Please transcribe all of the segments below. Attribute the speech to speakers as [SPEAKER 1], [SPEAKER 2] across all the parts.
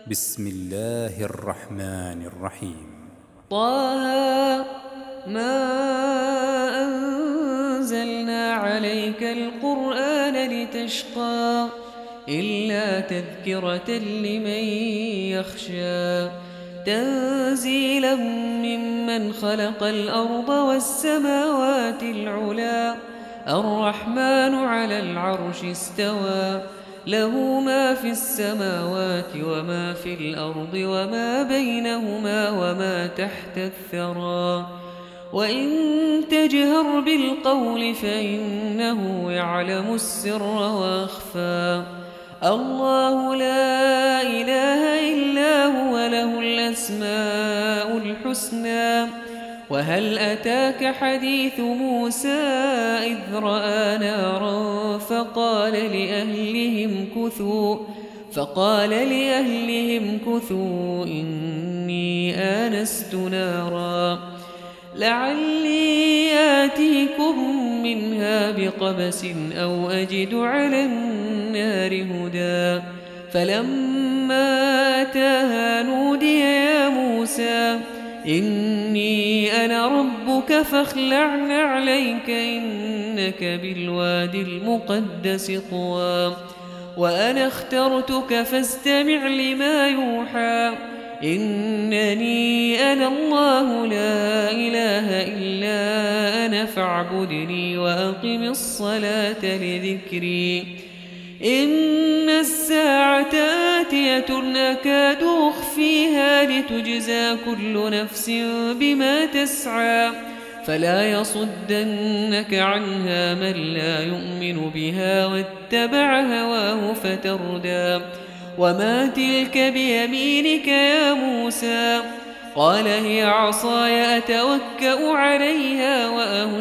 [SPEAKER 1] بسم الله الرحمن الرحيم.
[SPEAKER 2] طه ما أنزلنا عليك القرآن لتشقى إلا تذكرة لمن يخشى تنزيلا ممن خلق الأرض والسماوات العلا الرحمن على العرش استوى له ما في السماوات وما في الأرض وما بينهما وما تحت الثرى وإن تجهر بالقول فإنه يعلم السر وأخفى الله لا إله إلا هو له الأسماء الحسنى وهل أتاك حديث موسى إذ رأى نارا فقال لأهلهم كثوا إني آنست نارا لعلي آتيكم منها بقبس أو أجد على النار هدى فلما أتاها نودي يا موسى إني أنا ربك فاخلع عليك إنك بالواد المقدس طوى وأنا اخترتك فاستمع لما يوحى إنني أنا الله لا إله إلا أنا فاعبدني وأقم الصلاة لذكري إن الساعة آتية أكاد أخفيها لتجزى كل نفس بما تسعى فلا يصدنك عنها من لا يؤمن بها واتبع هواه فتردى وما تلك بيمينك يا موسى قال هي عصاي أتوكأ عليها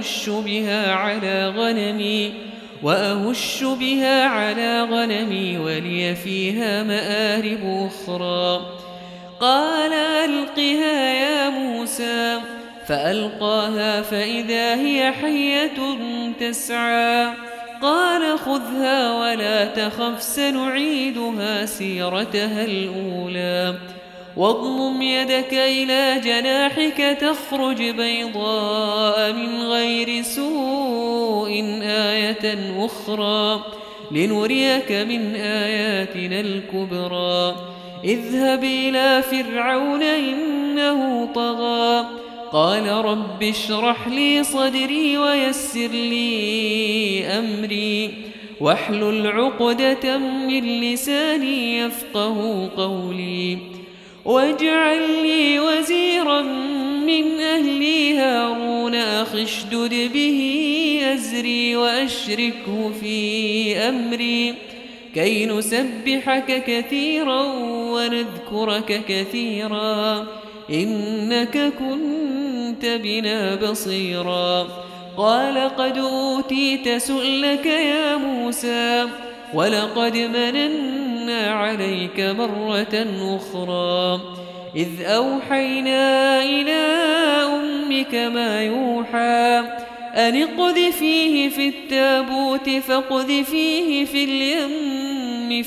[SPEAKER 2] وأهش بها على غنمي ولي فيها مآرب أخرى قال ألقها يا موسى فألقاها فإذا هي حية تسعى قال خذها ولا تخف سنعيدها سيرتها الأولى واضمم يدك إلى جناحك تخرج بيضاء من غير سوء آية أخرى لنريك من آياتنا الكبرى اذهب إلى فرعون إنه طغى قال رب اشرح لي صدري ويسر لي أمري واحلل عقدة من لساني يفقه قولي واجعل لي وزيرا من أهلي هارون أخي اشدد به أزري وأشركه في أمري كي نسبحك كثيرا ونذكرك كثيرا إنك كنت بنا بصيرا قال قد أوتيت سؤلك يا موسى ولقد مننا عليك مرة أخرى إذ أوحينا إلى أمك ما يوحى أن اقذفيه في التابوت فاقذفيه في اليم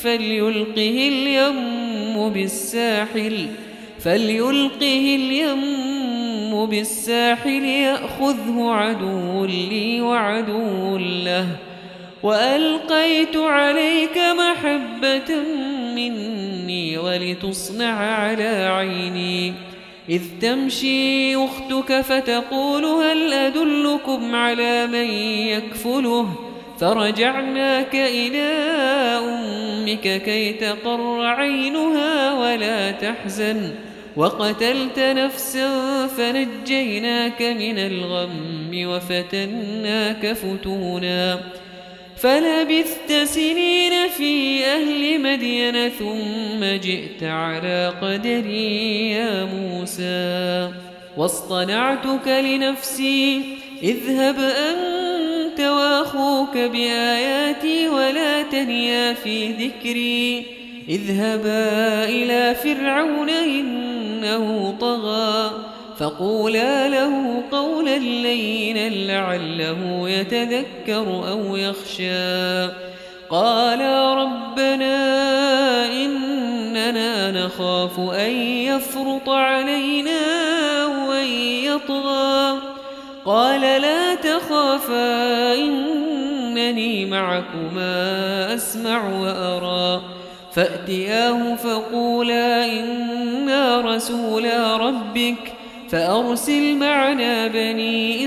[SPEAKER 2] فليلقه اليم بالساحل يأخذه عدو لي وعدو له وألقيت عليك محبة مني ولتصنع على عيني إذ تمشي أختك فتقول هل أدلكم على من يكفله فرجعناك إلى أمك كي تقر عينها ولا تحزن وقتلت نفسا فنجيناك من الغم وفتناك فتونا فلبثت سنين في أهل مدين ثم جئت على قدري يا موسى واصطنعتك لنفسي اذهب أنت وأخوك بآياتي ولا تنيا في ذكري اذهبا إلى فرعون إنه طغى فقولا له قولا لينا لعله يتذكر أو يخشى قالا ربنا إننا نخاف أن يفرط علينا أو أن يطغى قال لا تخافا إنني معكما أسمع وأرى فأتياه فقولا إنا رسولا ربك فأرسل معنا بني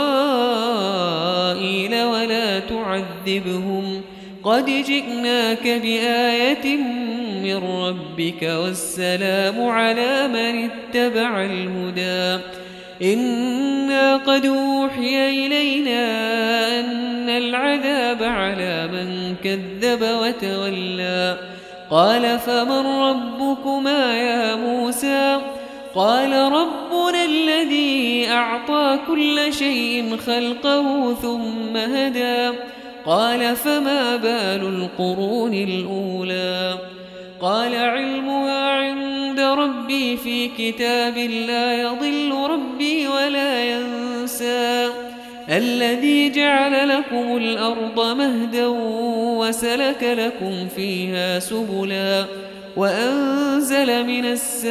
[SPEAKER 2] إسرائيل ولا تعذبهم قد جئناك بآية من ربك والسلام على من اتبع الهدى إنا قد أوحي إلينا أن العذاب على من كذب وتولى قال فمن ربكما يا موسى قال ربنا الذي أعطى كل شيء خلقه ثم هدى قال فما بال القرون الأولى قال علمها عند ربي في كتاب لا يضل ربي ولا ينسى الذي جعل لكم الأرض مهدا وسلك لكم فيها سبلا وأنزل من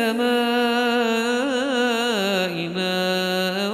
[SPEAKER 2] السماء ماء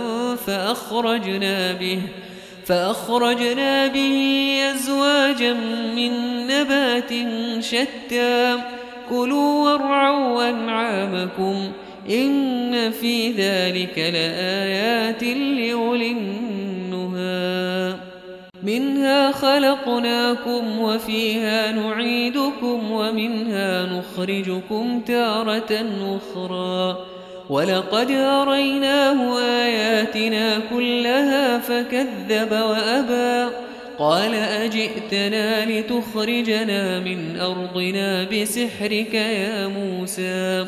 [SPEAKER 2] فأخرجنا به أزواجا من نبات شتى كلوا وارعوا أنعامكم إن في ذلك لآيات لأولي النهى منها خلقناكم وفيها نعيدكم ومنها نخرجكم تارة أخرى ولقد أريناه آياتنا كلها فكذب وأبى قال أجئتنا لتخرجنا من أرضنا بسحرك يا موسى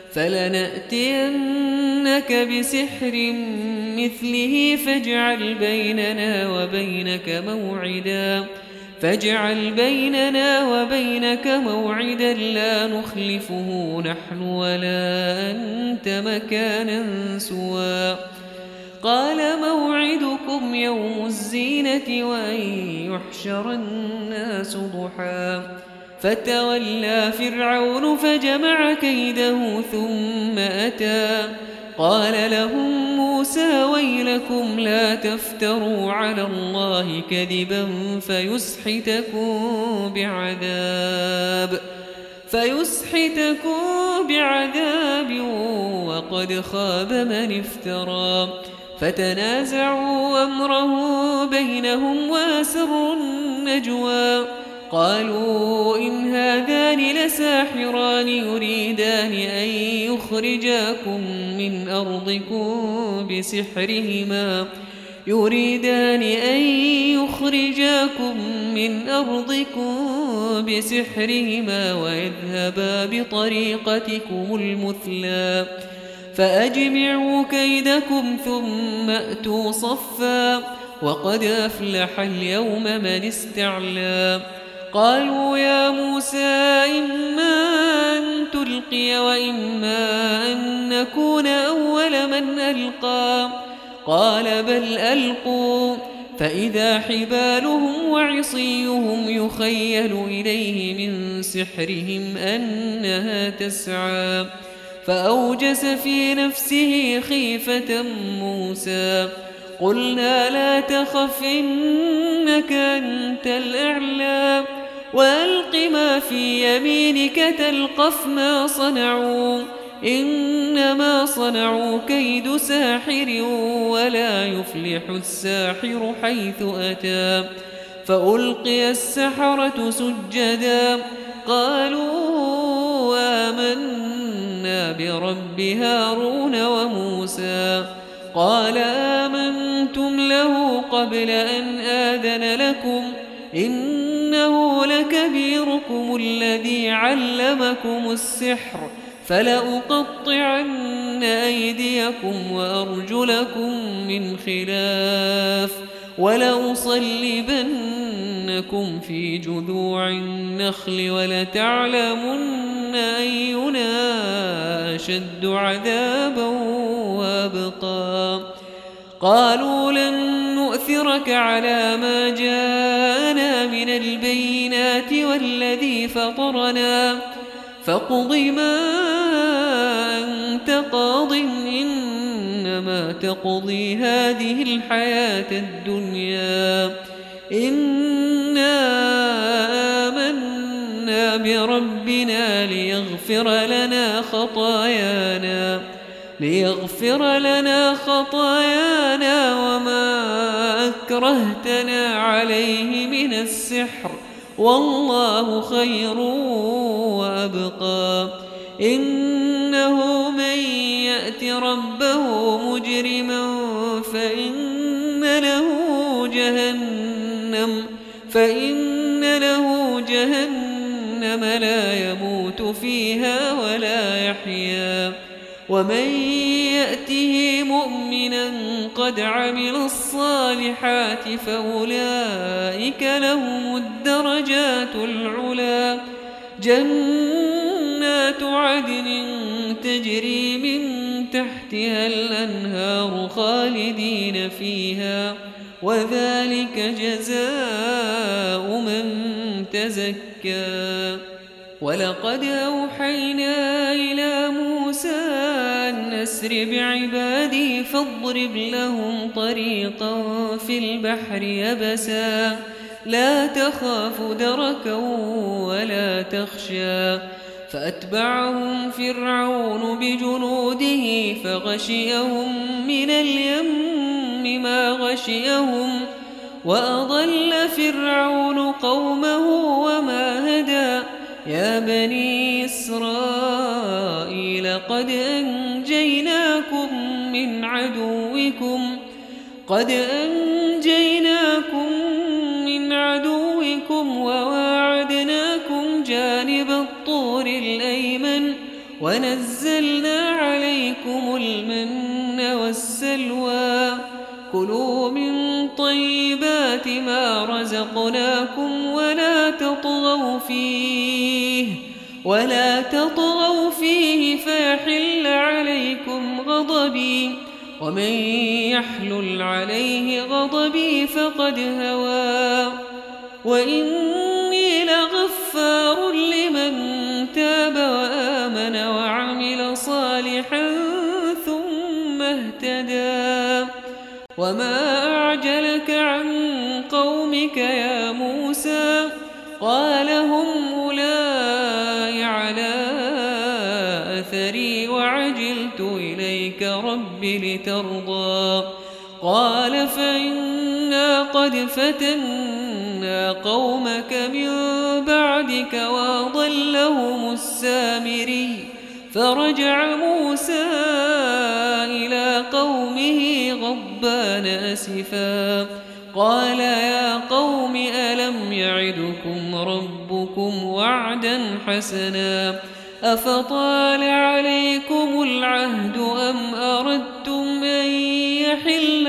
[SPEAKER 2] فلنأتينك بسحر مثله فاجعل بيننا وبينك موعدا لا نخلفه نحن ولا أنت مكانا سوى قال موعدكم يوم الزينة وأن يحشر الناس ضحى فتولى فرعون فجمع كيده ثم أتى قال لهم موسى ويلكم لا تفتروا على الله كذبا فيسحتكم بعذاب وقد خاب من افترى فتنازعوا أمره بينهم وأسروا النجوى قالوا إن هذان لساحران يريدان أن يخرجاكم من أرضكم بسحرهما ويذهبا بطريقتكم المثلى فأجمعوا كيدكم ثم أتوا صفا وقد أفلح اليوم من استعلى قالوا يا موسى إما أن تلقي وإما أن نكون أول من ألقى قال بل ألقوا فإذا حبالهم وعصيهم يخيل إليه من سحرهم أنها تسعى فأوجس في نفسه خيفة موسى قلنا لا تخف إنك أنت الأعلى وألق ما في يمينك تلقف ما صنعوا إنما صنعوا كيد ساحر ولا يفلح الساحر حيث أتى فألقي السحرة سجدا قالوا آمنا برب هارون وموسى قال آمنتم له قبل أن آذن لكم إنه لكبيركم الذي علمكم السحر فلأقطعن أيديكم وأرجلكم من خلاف ولأصلبنكم في جذوع النخل ولتعلمن أينا أشد عذابا وأبقى قالوا لن نؤثرك على ما جاءنا من البينات والذي فطرنا فاقض ما أنت قاض إنما تقضي هذه الحياة الدنيا إنا آمنا بربنا ليغفر لنا خطايانا وما أكرهتنا عليه من السحر والله خير وأبقى إنه من يأت ربه مجرما فإن له جهنم لا يموت فيها ولا يحيا ومن يأته مؤمنا قد عمل الصالحات فأولئك لهم الدرجات العلا جنات عدن تجري من تحتها الأنهار خالدين فيها وذلك جزاء من تزكى ولقد أوحينا إلى موسى أن أسر بعبادي فاضرب لهم طريقا في البحر يبسا لا تخاف دركا ولا تخشى فأتبعهم فرعون بجنوده فغشيهم من اليم ما غشيهم وأضل فرعون قومه وما هدى يا بني إسرائيل قد أنجيناكم من عدوكم وواعدناكم جانب الطور الأيمن ونزلنا عليكم المن والسلوى كلوا من طيبات ما رزقناكم ولا تطغوا فيه فيحل عليكم غضبي ومن يحلل عليه غضبي فقد هوى وإني لغفار لمن تاب وآمن وعمل صالحا ثم اهتدى وما أعجلك عن قومك يا موسى قال هم أولئك على أثري وعجلت إليك رب لترضى قال فإنا قد فتنا قومك من بعدك وأضلهم السامري فرجع موسى إلى قومه غضبان أسفا قال يا قوم ألم يعدكم ربكم وعدا حسنا أفطال عليكم العهد أم أردتم أن يحل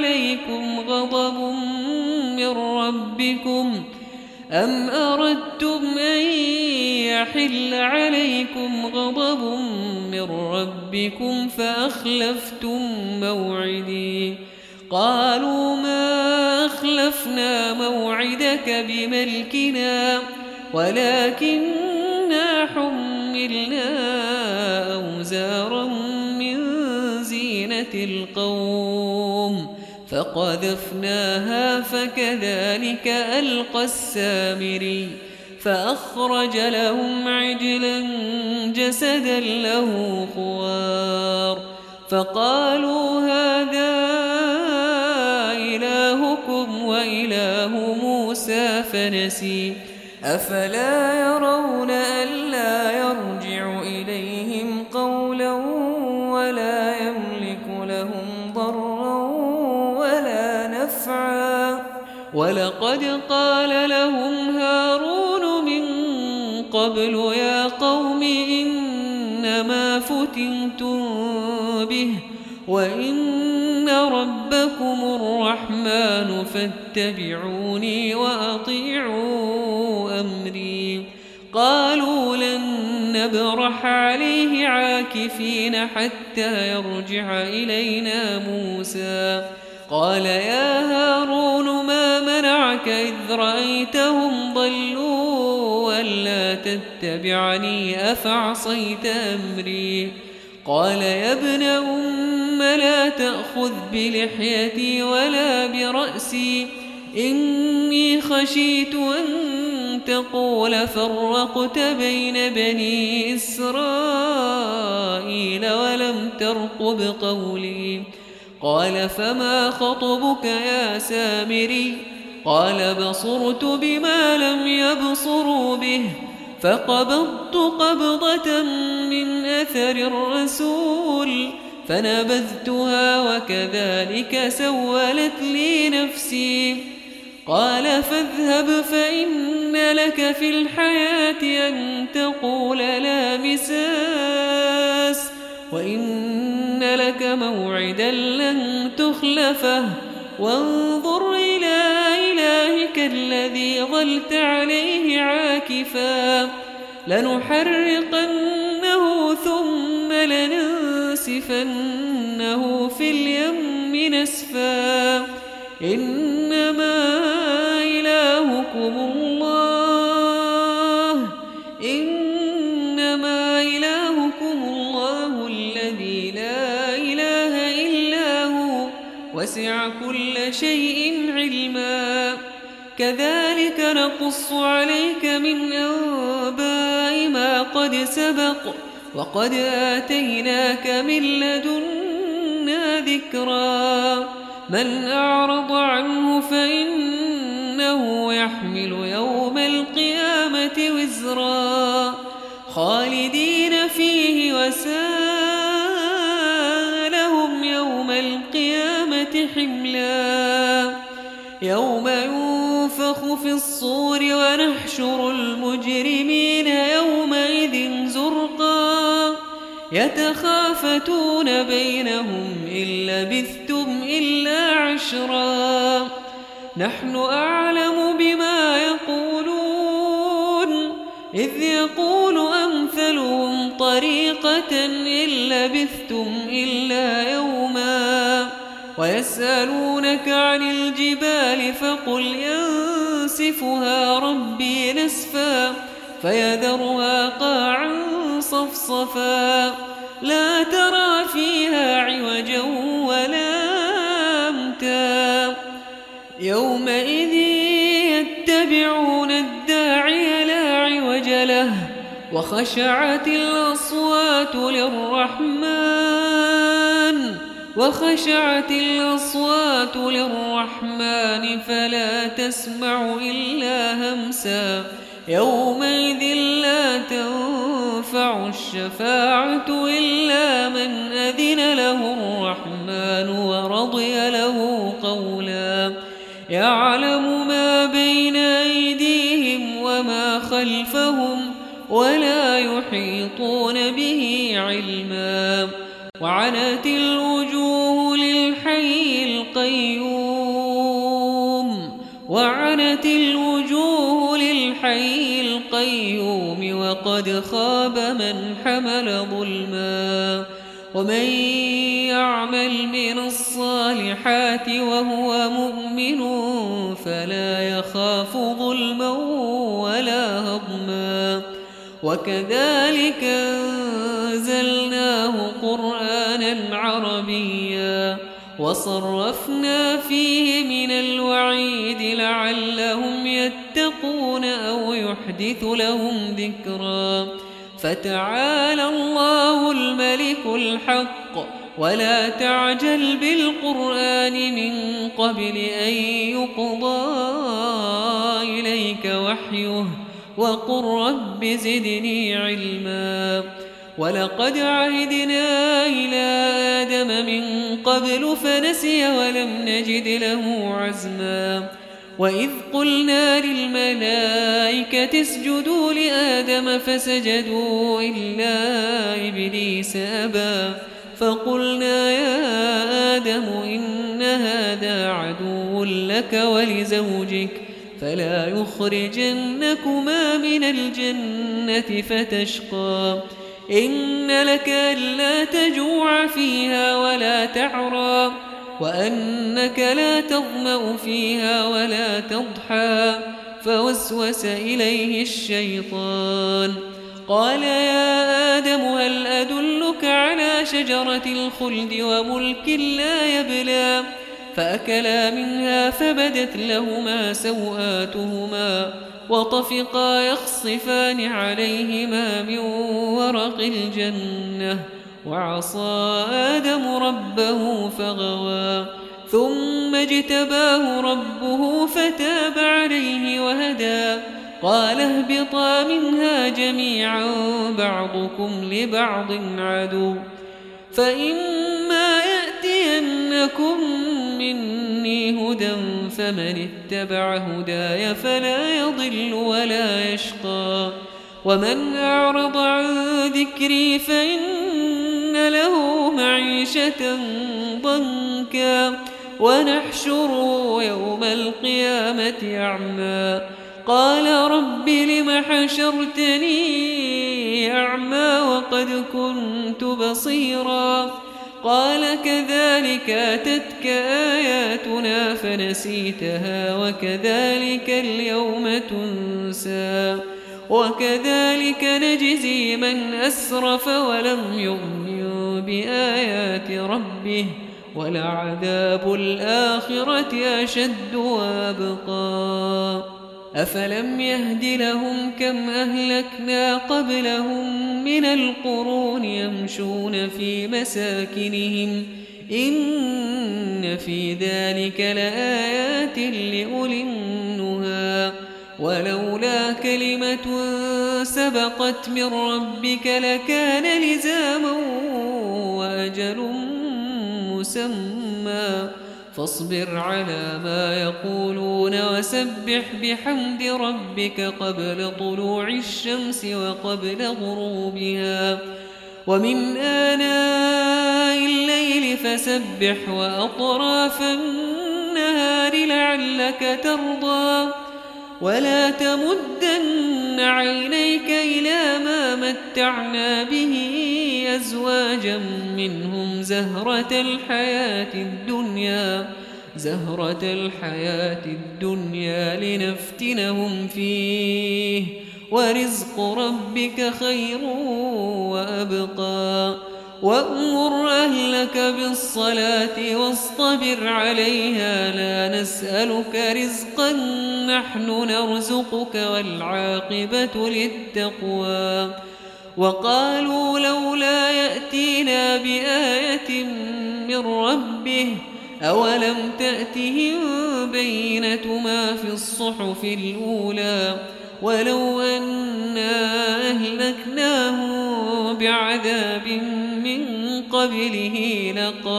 [SPEAKER 2] عليكم غضب من ربكم فأخلفتم موعدي قالوا ما أخلفنا موعدك بملكنا ولكننا حملنا أوزارا من زينة القوم فقذفناها فكذلك ألقى السامري فأخرج لهم عجلا جسدا له خوار فقالوا هذا إلهكم وإله موسى فنسي أفلا يرون ألا يرجع إليهم قولا ولا يملك لهم ضرا ولا نفعا ولقد قال لهم هارون من قبل يا قوم إنما فتنتم به وإن ربكم الرحمن فاتبعوني وأطيعوا أمري قالوا لن نبرح عليه عاكفين حتى يرجع إلينا موسى قال يا هارون ما منعك إذ رأيتهم ضلوا ألا تتبعني أفعصيت أمري. قال يا ابن أم لا تأخذ بلحيتي ولا برأسي، إني خشيت أن تقول فرقت بين بني إسرائيل ولم ترقب قولي. قال فما خطبك يا سامري؟ قال بصرت بما لم يبصروا به فقبضت قبضة من أثر الرسول فنبذتها وكذلك سولت لي نفسي. قال فاذهب فإن لك في الحياة أن تقول لا مساس، وإن لك موعدا لن تخلفه، وانظر إلى إلهك الذي ظلت عليه عاكفا لنحرقنه ثم لننسفنه في اليم نسفا. إنما إلهكم الله الذي لا إله إلا هو وسع كل شيء علما. كذلك نقص عليك من أنباء ما قد سبق وقد آتيناك من لدنا ذكرا. من أعرض عنه فإنه يحمل يوم القيامة وزرا خالدين فيه وساء لهم يوم القيامة حملا. يوم ينفخ في الصور ونحشر المجرمين يومئذ زرقا يتخافتون بينهم إن لبثتم إلا عشرا. نحن أعلم بما يقولون إذ يقول أمثلهم طريقة إن لبثتم إلا يوما. ويسألونك عن الجبال فقل ينسفها ربي نسفا فيذرها قاعا صفصفا لا ترى فيها عوجا ولا أمتا. يومئذ يتبعون الداعي لا عوج له وخشعت الأصوات للرحمن فلا تسمع إلا همسا. يومئذ لا تنفع الشفاعة إلا من أذن له الرحمن ورضي له قولا. يعلم ما بين أيديهم وما خلفهم ولا يحيطون به علما. وعنت الوجوه للحي القيوم وقد خاب من حمل ظلما. ومن يعمل من الصالحات وهو مؤمن فلا يخاف ظلما ولا هضما. وكذلك أنزلناه قرآنا عربيا وصرفنا فيه من الوعيد لعلهم يتقون أو يحدث لهم ذكرا. فتعالى الله الملك الحق ولا تعجل بالقرآن من قبل أن يقضى إليك وحيه وقل رب زدني علما. ولقد عهدنا إلى آدم من قبل فنسي ولم نجد له عزما. وإذ قلنا للملائكة اسجدوا لآدم فسجدوا إلا إبليس أبى فقلنا يا آدم إن هذا عدو لك ولزوجك فلا يخرجنكما من الجنة فتشقى. إن لك ألا تجوع فيها ولا تعرى وأنك لا تظمأ فيها ولا تضحى فوسوس إليه الشيطان قال يا آدم هل أدلك على شجرة الخلد وملك لا يبلى فأكلا منها فبدت لهما سوآتهما وطفقا يخصفان عليهما من ورق الجنة وعصى آدم ربه فغوى ثم اجتباه ربه فتاب عليه وهدى قال اهبطا منها جميعا بعضكم لبعض عدو فإما يأتينكم مني هدى فمن اتبع هداي فلا يضل ولا يشقى ومن أعرض عن ذكري فإن له معيشة ضنكا ونحشره يوم القيامة أعمى قال رب لم حشرتني أعمى وقد كنت بصيرا قال كذلك أتتك آياتنا فنسيتها وكذلك اليوم تنسى وكذلك نجزي من أسرف ولم يؤمن بآيات ربه ولعذاب الآخرة أشد وأبقى أفلم يهد لهم كم أهلكنا قبلهم من القرون يمشون في مساكنهم إن في ذلك لآيات لأولي النهى ولولا كلمة سبقت من ربك لكان لزاما وأجل مسمى فاصبر على ما يقولون وسبح بحمد ربك قبل طلوع الشمس وقبل غروبها ومن آناء الليل فسبح وأطراف النهار لعلك ترضى ولا تمدن عينيك إلى ما متعنا به أزواجا منهم زهرة الحياة الدنيا لنفتنهم فيه ورزق ربك خير وأبقى وأمر أهلك بالصلاة واصطبر عليها لا نسألك رزقا نحن نرزقك والعاقبة للتقوى وقالوا لولا يأتينا بآية من ربه أولم تأتهم بينة ما في الصحف الأولى ولو أنا أهلكناهم بعذاب من قبله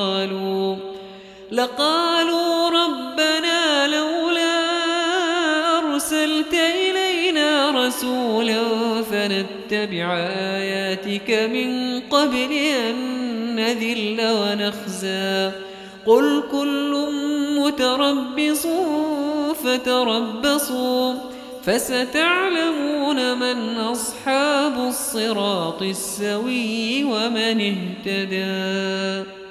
[SPEAKER 2] لقالوا ربنا لولا أرسلت إلينا رسولا فنتبع آياتك من قبل أن نذل ونخزى قل كل متربص فتربصوا فستعلمون من أصحاب الصراط السوي ومن اهتدى.